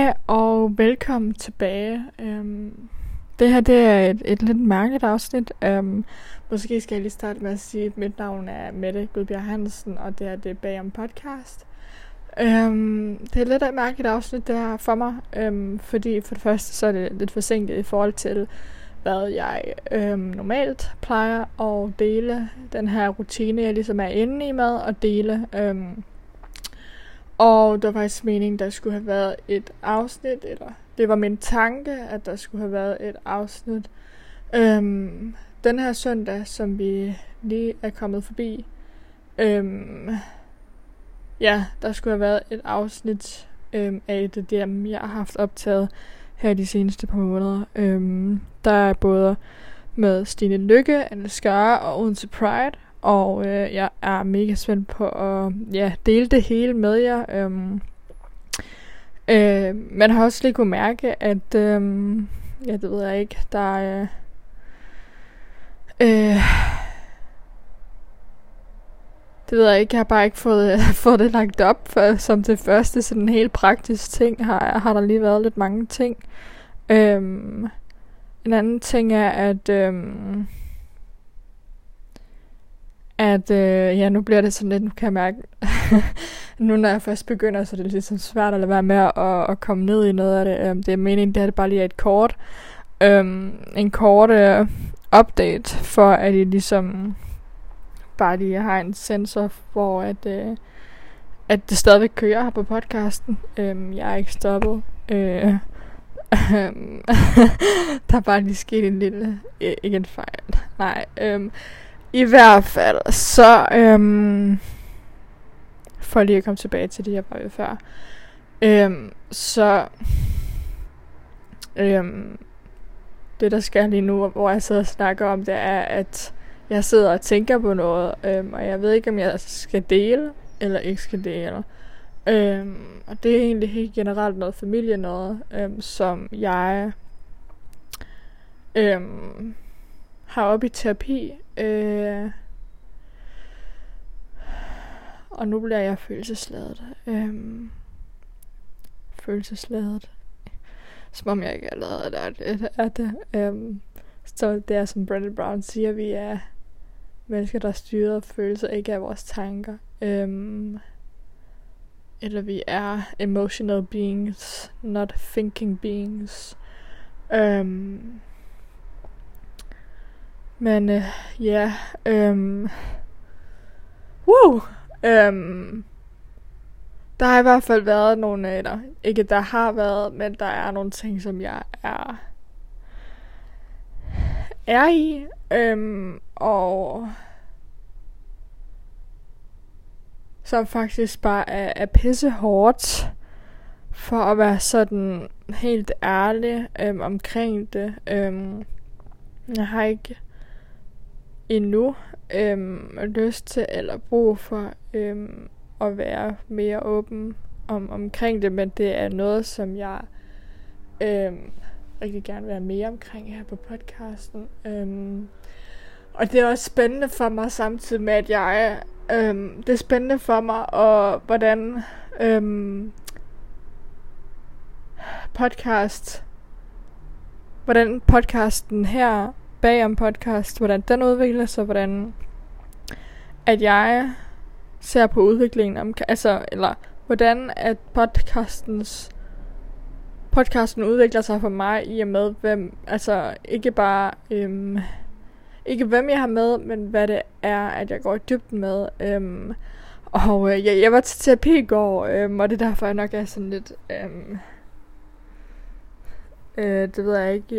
Hej og velkommen tilbage. Det her det er et lidt mærkeligt afsnit. Måske skal jeg lige starte med at sige, at mit navn er Mette Gudbjerg Hansen, og det er Bagom Podcast. Det er lidt et mærkeligt afsnit det her for mig, fordi for det første så er det lidt forsinket i forhold til, hvad jeg normalt plejer at dele. Den her rutine, jeg ligesom er inde i med at dele. Og der var faktisk meningen, der skulle have været et afsnit, eller det var min tanke, at der skulle have været et afsnit. Den her søndag, som vi lige er kommet forbi, der skulle have været et afsnit af det der, jeg har haft optaget her de seneste par måneder. Der er både med Stine Lykke, Anne Skare og Odense Pride. Og jeg er mega spændt på at dele det hele med jer. Man har også lige kunne mærke, at det ved jeg ikke, der er det ved jeg ikke, jeg har bare ikke fået det lagt op for, som det første sådan en helt praktisk ting. Har der lige været lidt mange ting. En anden ting er, at nu bliver det sådan lidt, nu kan jeg mærke, nu når jeg først begynder, så er det ligesom svært at lade være med at komme ned i noget af det. Det er meningen, det her det bare lige er en kort update, for at I ligesom bare lige har en sensor, hvor at det stadigvæk kører her på podcasten. Jeg er ikke stoppet. Der er bare lige sket en lille, ikke en fejl, nej, i hvert fald, så for lige at komme tilbage til det, jeg var ved før. Det der sker lige nu, hvor jeg sidder og snakker om, det er, at jeg sidder og tænker på noget, og jeg ved ikke, om jeg skal dele, eller ikke skal dele. Og det er egentlig helt generelt noget familie noget, som jeg har op i terapi. Og nu bliver jeg følelsesladet. Som om jeg ikke allerede er det. Så det er som Brené Brown siger, vi er mennesker, der styrer følelser, ikke af vores tanker. Eller vi er emotional beings, not thinking beings. Men der har i hvert fald været nogle, eller ikke der har været, men der er nogle ting, som jeg er i, og som faktisk bare er pisse hårdt, for at være sådan helt ærlig omkring det. Jeg har ikke endnu lyst til eller brug for at være mere åben omkring det, men det er noget, som jeg rigtig gerne vil være mere omkring her på podcasten. Og det er også spændende for mig, samtidig med, at det er spændende for mig, og hvordan hvordan podcasten her, Bagom Podcast, hvordan den udvikler sig, hvordan at jeg ser på udviklingen, eller hvordan at podcasten udvikler sig for mig, i og med hvem, ikke bare ikke hvem jeg har med, men hvad det er, at jeg går i dybden med. Og jeg var til terapi i går, og det er derfor, jeg nok er sådan lidt det ved jeg ikke,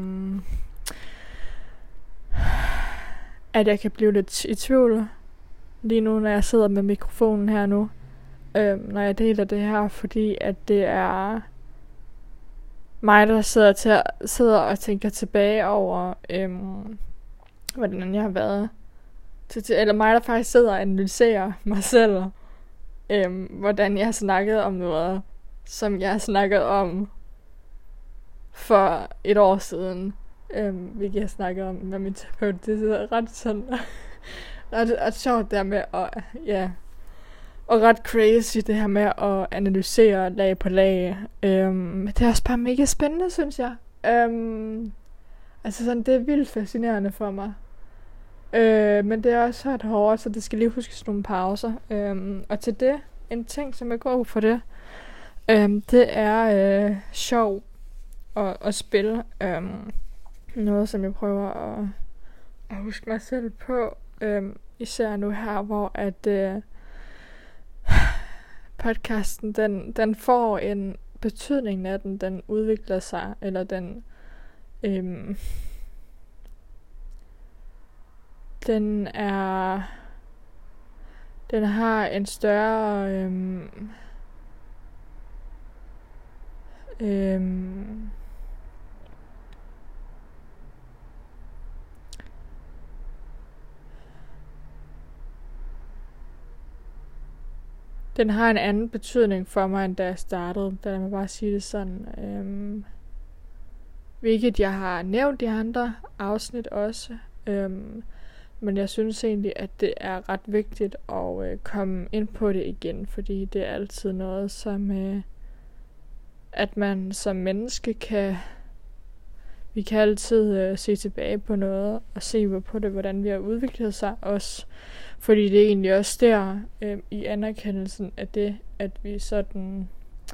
at jeg kan blive lidt i tvivl lige nu, når jeg sidder med mikrofonen her nu, når jeg deler det her, fordi at det er mig, der sidder og tænker tilbage over, hvordan jeg har været, eller mig, der faktisk sidder og analyserer mig selv, hvordan jeg har snakket om noget, som jeg har snakket om for et år siden, hvilket jeg snakkede om med min terapeut. Det er ret sådan ret sjovt der med, og og ret crazy, det her med at analysere lag på lag. Det er også bare mega spændende, synes jeg. Altså sådan, det er vildt fascinerende for mig. Men det er også ret hårdt, så det skal lige huske nogle pauser. Og til det, en ting, som jeg går for det, det er sjov at spille. Noget, som jeg prøver at huske mig selv på. Især nu her, hvor at podcasten, den får en betydning af den udvikler sig, eller den har en større den har en anden betydning for mig, end da jeg startede. Lad mig bare sige det sådan. Hvilket jeg har nævnt i andre afsnit også. Men jeg synes egentlig, at det er ret vigtigt at komme ind på det igen. Fordi det er altid noget, som at man som menneske kan... Vi kan altid se tilbage på noget og se på det, hvordan vi har udviklet sig også. Fordi det er egentlig også der i anerkendelsen af det, at vi sådan...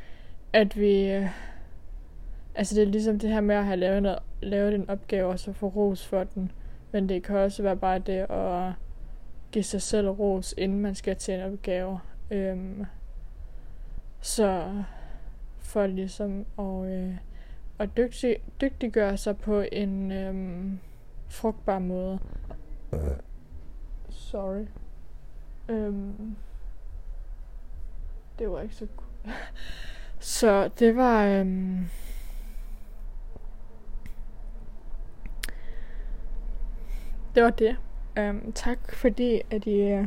Altså det er ligesom det her med at have lavet en opgave og så få ros for den. Men det kan også være bare det at give sig selv ros, inden man skal til en opgave. Så for ligesom at dygtiggøre sig på en frugtbar måde. Sorry. Det var ikke så cool. Så det var... Det var det. Tak fordi, at I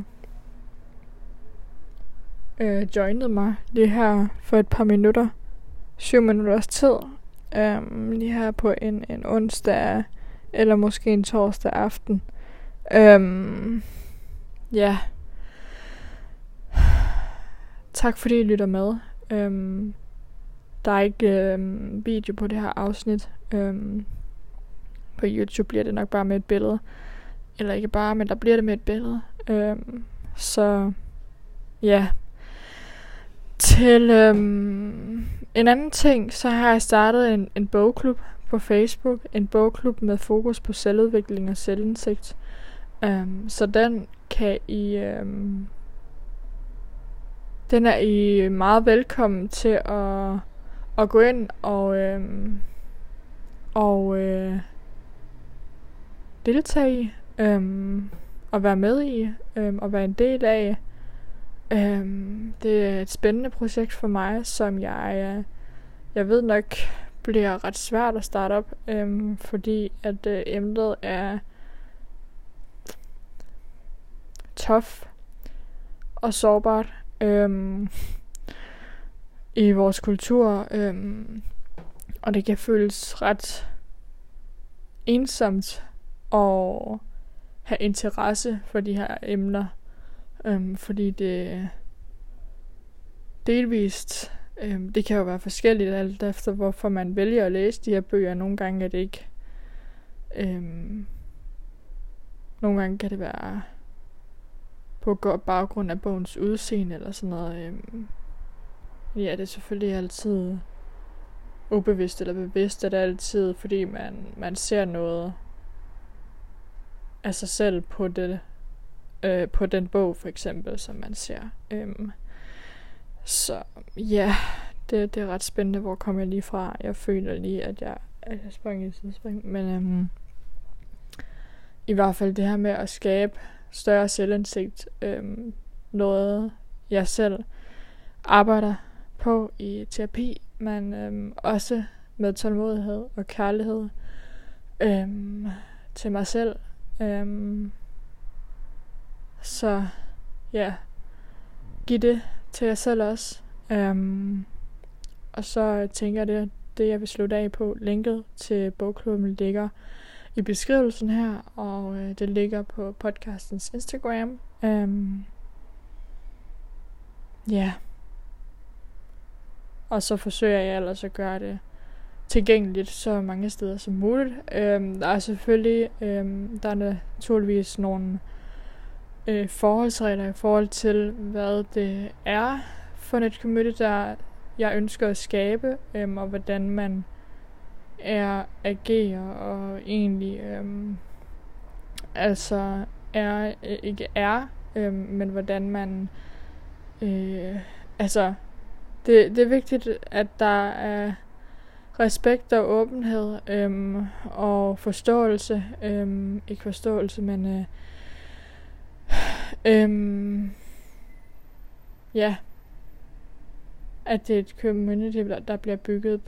joinede mig lige her for et par minutter. 7 minutters tid. Lige her på en onsdag, eller måske en torsdag aften. Ja. Tak fordi I lytter med. Der er ikke video på det her afsnit. På YouTube bliver det nok bare med et billede. Eller ikke bare, men der bliver det med et billede. Så ja. Til en anden ting, så har jeg startet en bogklub på Facebook. En bogklub med fokus på selvudvikling og selvindsigt. Så den kan I... den er I meget velkommen til at gå ind og deltage i. Og være med i. Og være en del af. Det er et spændende projekt for mig, som jeg ved nok bliver ret svært at starte op, fordi at emnet er tough og sårbart i vores kultur, og det kan føles ret ensomt at have interesse for de her emner. Fordi det delvist, det kan jo være forskelligt alt efter hvorfor man vælger at læse de her bøger. Nogle gange er det ikke, nogle gange kan det være på baggrund af bogens udseende eller sådan noget. Ja, det er selvfølgelig altid ubevidst eller bevidst, at det er altid fordi man ser noget af sig selv på det. På den bog for eksempel, som man ser. Så ja, det er ret spændende, hvor kommer jeg lige fra. Jeg føler lige, at jeg sprang i et sidespring. Men i hvert fald det her med at skabe større selvindsigt, noget jeg selv arbejder på i terapi, men også med tålmodighed og kærlighed til mig selv. Så ja, giv det til jer selv også. Og så tænker jeg, det jeg vil slutte af på. Linket til bogklubben ligger i beskrivelsen her, og det ligger på podcastens Instagram. Ja. Og så forsøger jeg ellers at gøre det tilgængeligt så mange steder som muligt. Der er selvfølgelig, der er naturligvis nogle forholdsregler i forhold til, hvad det er for et community, der jeg ønsker at skabe, og hvordan man agerer og egentlig men hvordan man det er vigtigt, at der er respekt og åbenhed og forståelse, ikke forståelse, men ja, at det er et community, der bliver bygget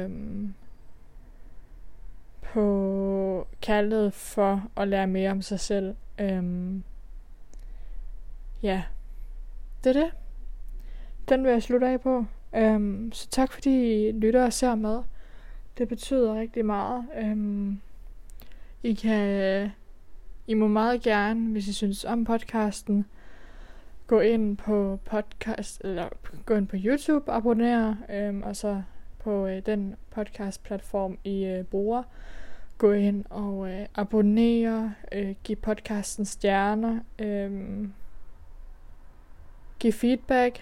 på kærlighed for at lære mere om sig selv. Ja, det er det. Den vil jeg slutte af på. Så tak fordi I lytter og ser med. Det betyder rigtig meget. I må meget gerne, hvis I synes om podcasten, gå ind på podcast, eller gå ind på YouTube, abonnere, og så på den podcast platform I bruger. Gå ind og abonnere, giv podcasten stjerner, giv feedback,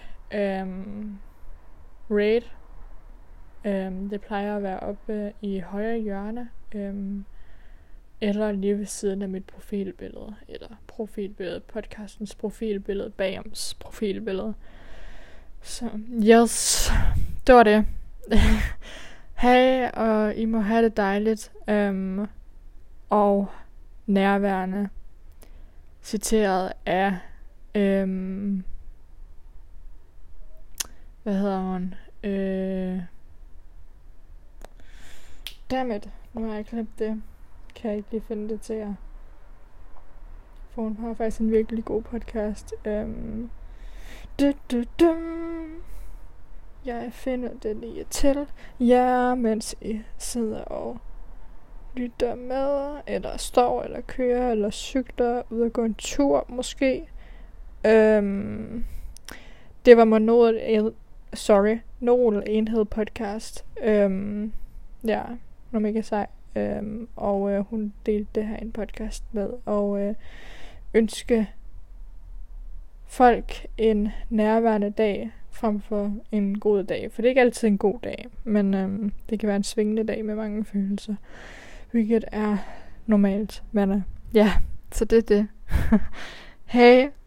rate. Det plejer at være oppe i højre hjørne, eller lige ved siden af mit profilbillede, eller podcastens profilbillede, bagams profilbillede. Så yes, det var det. Hej, og I må have det dejligt, og nærværende, citeret af, hvad hedder hun? Dammit, nu har jeg glemt det. Kan jeg ikke lige finde det til jer. For hun har faktisk en virkelig god podcast. Jeg finder det lige til jer, mens I sidder og lytter med, eller står, eller kører, eller cykler, ud og gå en tur, måske. Det var Nordel Enhed podcast. Ja, hun er mega sej. Og hun delte det her i en podcast med, og ønske folk en nærværende dag frem for en god dag. For det er ikke altid en god dag, men det kan være en svingende dag med mange følelser, hvilket er normalt. Men ja, så det er det. Hej.